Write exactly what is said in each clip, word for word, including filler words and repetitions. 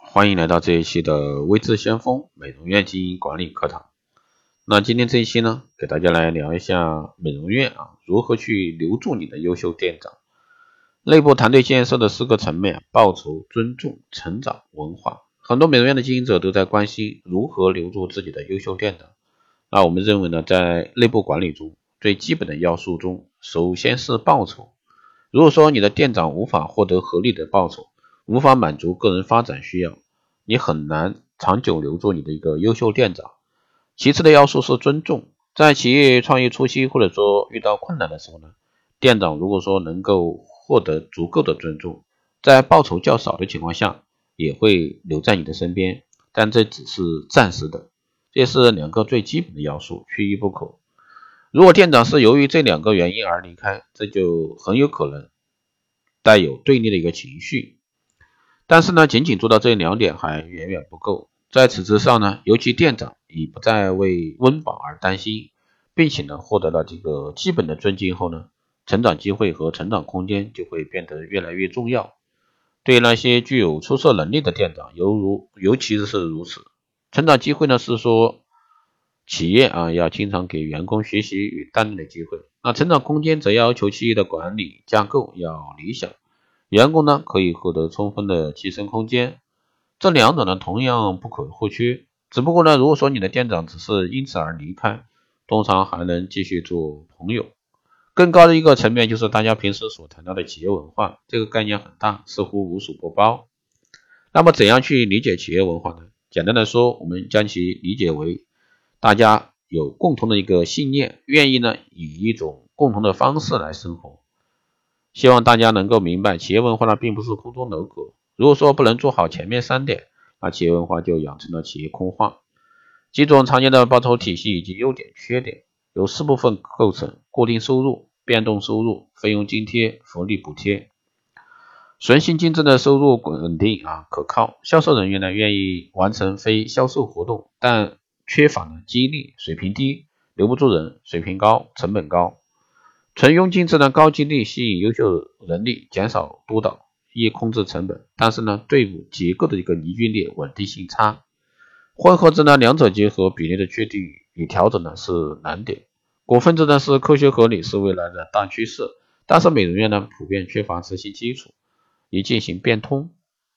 欢迎来到这一期的微智先锋美容院经营管理课堂。那今天这一期呢，给大家来聊一下美容院啊，如何去留住你的优秀店长。内部团队建设的四个层面，报酬、尊重、成长、文化。很多美容院的经营者都在关心如何留住自己的优秀店长。那我们认为呢，在内部管理中，最基本的要素中，首先是报酬。如果说你的店长无法获得合理的报酬，无法满足个人发展需要，你很难长久留住你的一个优秀店长。其次的要素是尊重，在企业创业初期或者说遇到困难的时候呢，店长如果说能够获得足够的尊重，在报酬较少的情况下也会留在你的身边，但这只是暂时的，这是两个最基本的要素，缺一不可。如果店长是由于这两个原因而离开，这就很有可能带有对立的一个情绪。但是呢，仅仅做到这两点还远远不够。在此之上呢，尤其店长已不再为温饱而担心，并且呢，获得了这个基本的尊敬后呢，成长机会和成长空间就会变得越来越重要。对于那些具有出色能力的店长，犹如尤其是如此。成长机会呢，是说企业啊要经常给员工学习与锻炼的机会。那成长空间则要求企业的管理架构要理想。员工呢可以获得充分的提升空间，这两者呢同样不可或缺。只不过呢，如果说你的店长只是因此而离开，通常还能继续做朋友。更高的一个层面就是大家平时所谈到的企业文化，这个概念很大，似乎无所不包。那么怎样去理解企业文化呢？简单的说，我们将其理解为大家有共同的一个信念，愿意呢以一种共同的方式来生活。希望大家能够明白，企业文化呢并不是空中楼阁。如果说不能做好前面三点，那企业文化就养成了企业空话。几种常见的报酬体系以及优点、缺点，由四部分构成：固定收入、变动收入、费用津贴、福利补贴。纯性竞争的收入稳定啊可靠，销售人员呢愿意完成非销售活动，但缺乏呢激励，水平低，留不住人，水平高，成本高。纯佣金制的高激励吸引优秀人力，减少督导，易控制成本，但是呢，队伍结构的一个凝聚力、稳定性差。混合制呢，两者结合，比例的确定与调整呢是难点。股份制呢是科学合理，是未来的大趋势，但是美容院呢普遍缺乏执行基础，以进行变通。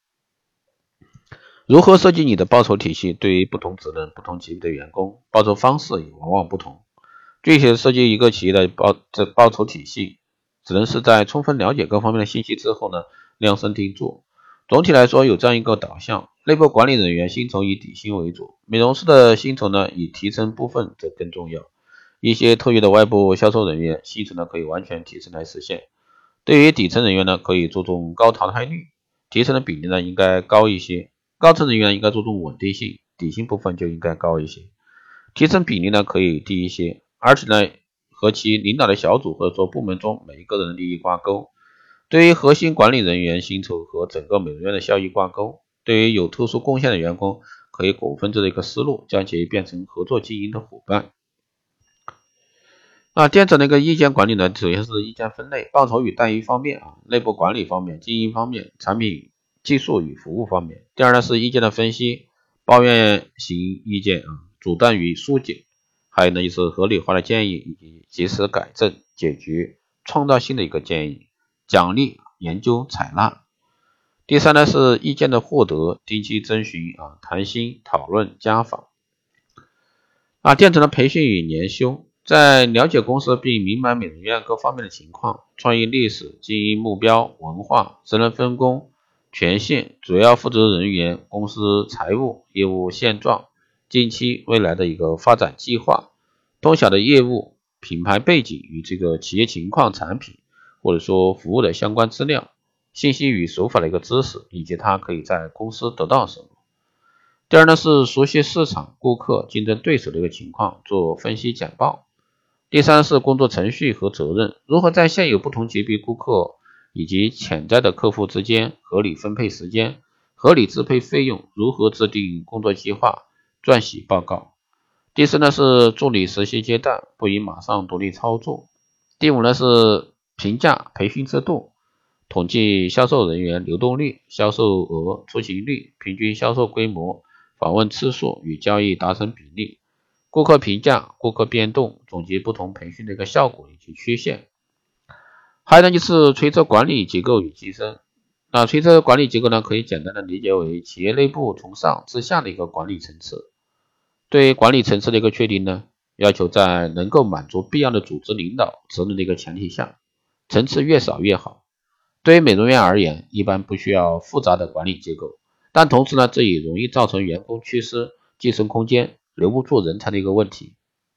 如何设计你的报酬体系？对于不同职能、不同级别的员工，报酬方式也往往不同。具体设计一个企业的报这报酬体系，只能是在充分了解各方面的信息之后呢，量身定做。总体来说，有这样一个导向：内部管理人员薪酬以底薪为主，美容师的薪酬呢以提成部分则更重要。一些特约的外部销售人员薪酬呢可以完全提成来实现。对于底层人员呢，可以注重高淘汰率，提成的比例呢应该高一些。高层人员应该注重稳定性，底薪部分就应该高一些。提成比例呢可以低一些。而且呢，和其领导的小组或者说部门中每一个人的利益挂钩。对于核心管理人员薪酬和整个美容院的效益挂钩。对于有特殊贡献的员工，可以股份制的一个思路，将其变成合作经营的伙伴。那店长的一个意见管理呢，首先是意见分类，报酬与待遇方面啊，内部管理方面、经营方面、产品技术与服务方面。第二呢是意见的分析，抱怨型意见啊，阻断与疏解。还有呢，就是合理化的建议以及及时改正、解决、创造性的一个建议，奖励、研究、采纳。第三呢是意见的获得，定期征询啊，谈心、讨论、家访。啊，店长的培训与研修，在了解公司并明白美容院各方面的情况、创业历史、经营目标、文化、职能分工、权限、主要负责人员、公司财务、业务现状。近期未来的一个发展计划，通晓的业务、品牌背景与这个企业情况、产品或者说服务的相关资料、信息与手法的一个知识，以及它可以在公司得到什么。第二呢是熟悉市场、顾客、竞争对手的一个情况，做分析简报。第三是工作程序和责任，如何在现有不同级别顾客以及潜在的客户之间合理分配时间、合理支配费用，如何制定工作计划、撰写报告。第四呢是助理实习阶段，不宜马上独立操作。第五呢是评价培训制度， 统计销售人员流动率、销售额、出勤率、平均销售规模、访问次数与交易达成比例、顾客评价、顾客变动，总结不同培训的一个效果以及曲线。还有呢就是垂直管理结构与晋升。那垂直管理结构呢，可以简单的理解为企业内部从上至下的一个管理层次。对管理层次的一个确定呢，要求在能够满足必要的组织领导职能的一个前提下，层次越少越好。对于美容院而言，一般不需要复杂的管理结构，但同时呢，这也容易造成员工缺失、晋升空间、留不住人才的一个问题。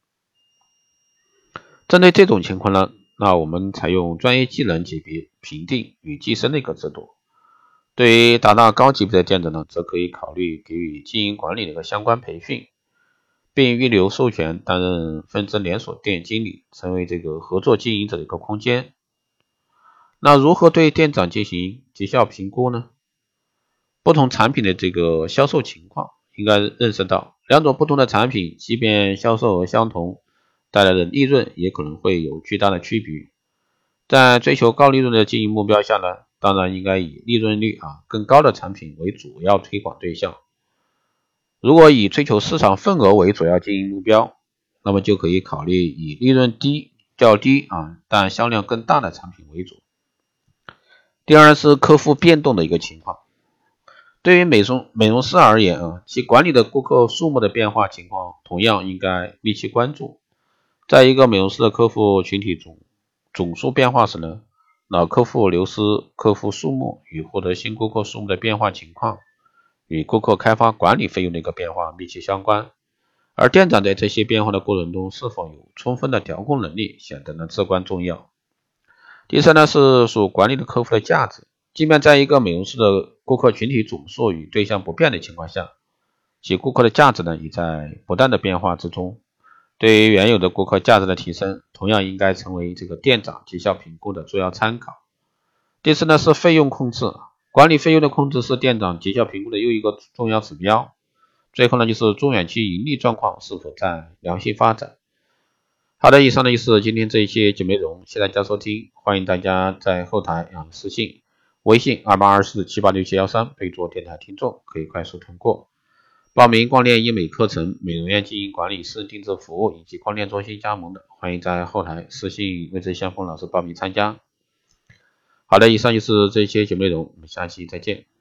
针对这种情况呢，那我们采用专业技能级别评定与晋升的一个制度。对于达到高级别的店长呢，则可以考虑给予经营管理的一个相关培训，并预留授权担任分支连锁店经理，成为这个合作经营者的一个空间。那如何对店长进行绩效评估呢？不同产品的这个销售情况，应该认识到两种不同的产品，即便销售额相同，带来的利润也可能会有巨大的区别。在追求高利润的经营目标下呢，当然应该以利润率啊更高的产品为主要推广对象。如果以追求市场份额为主要经营目标，那么就可以考虑以利润低较低啊但销量更大的产品为主。第二是客户变动的一个情况。对于美容美容师而言啊，其管理的顾客数目的变化情况同样应该密切关注。在一个美容师的客户群体中，总数变化时呢，老客户流失客户数目与获得新顾客数目的变化情况，与顾客开发管理费用的一个变化密切相关。而店长在这些变化的过程中是否有充分的调控能力，显得呢至关重要。第三呢是所管理的客户的价值。即便在一个美容师的顾客群体总数与对象不变的情况下，其顾客的价值呢也在不断的变化之中。对于原有的顾客价值的提升，同样应该成为这个店长绩效评估的主要参考。第四呢是费用控制。管理费用的控制是店长绩效评估的又一个重要指标。最后呢就是中远期盈利状况是否在良性发展。好的，以上呢就是今天这一期节目内容，谢谢大家收听，欢迎大家在后台啊私信微信二八二四七八六七一三备注电台听众，可以快速通过。报名光电医美课程、美容院经营管理、私人定制服务以及光电中心加盟的，欢迎在后台私信魏志先锋老师报名参加。好的，以上就是这一期节目内容，我们下期再见。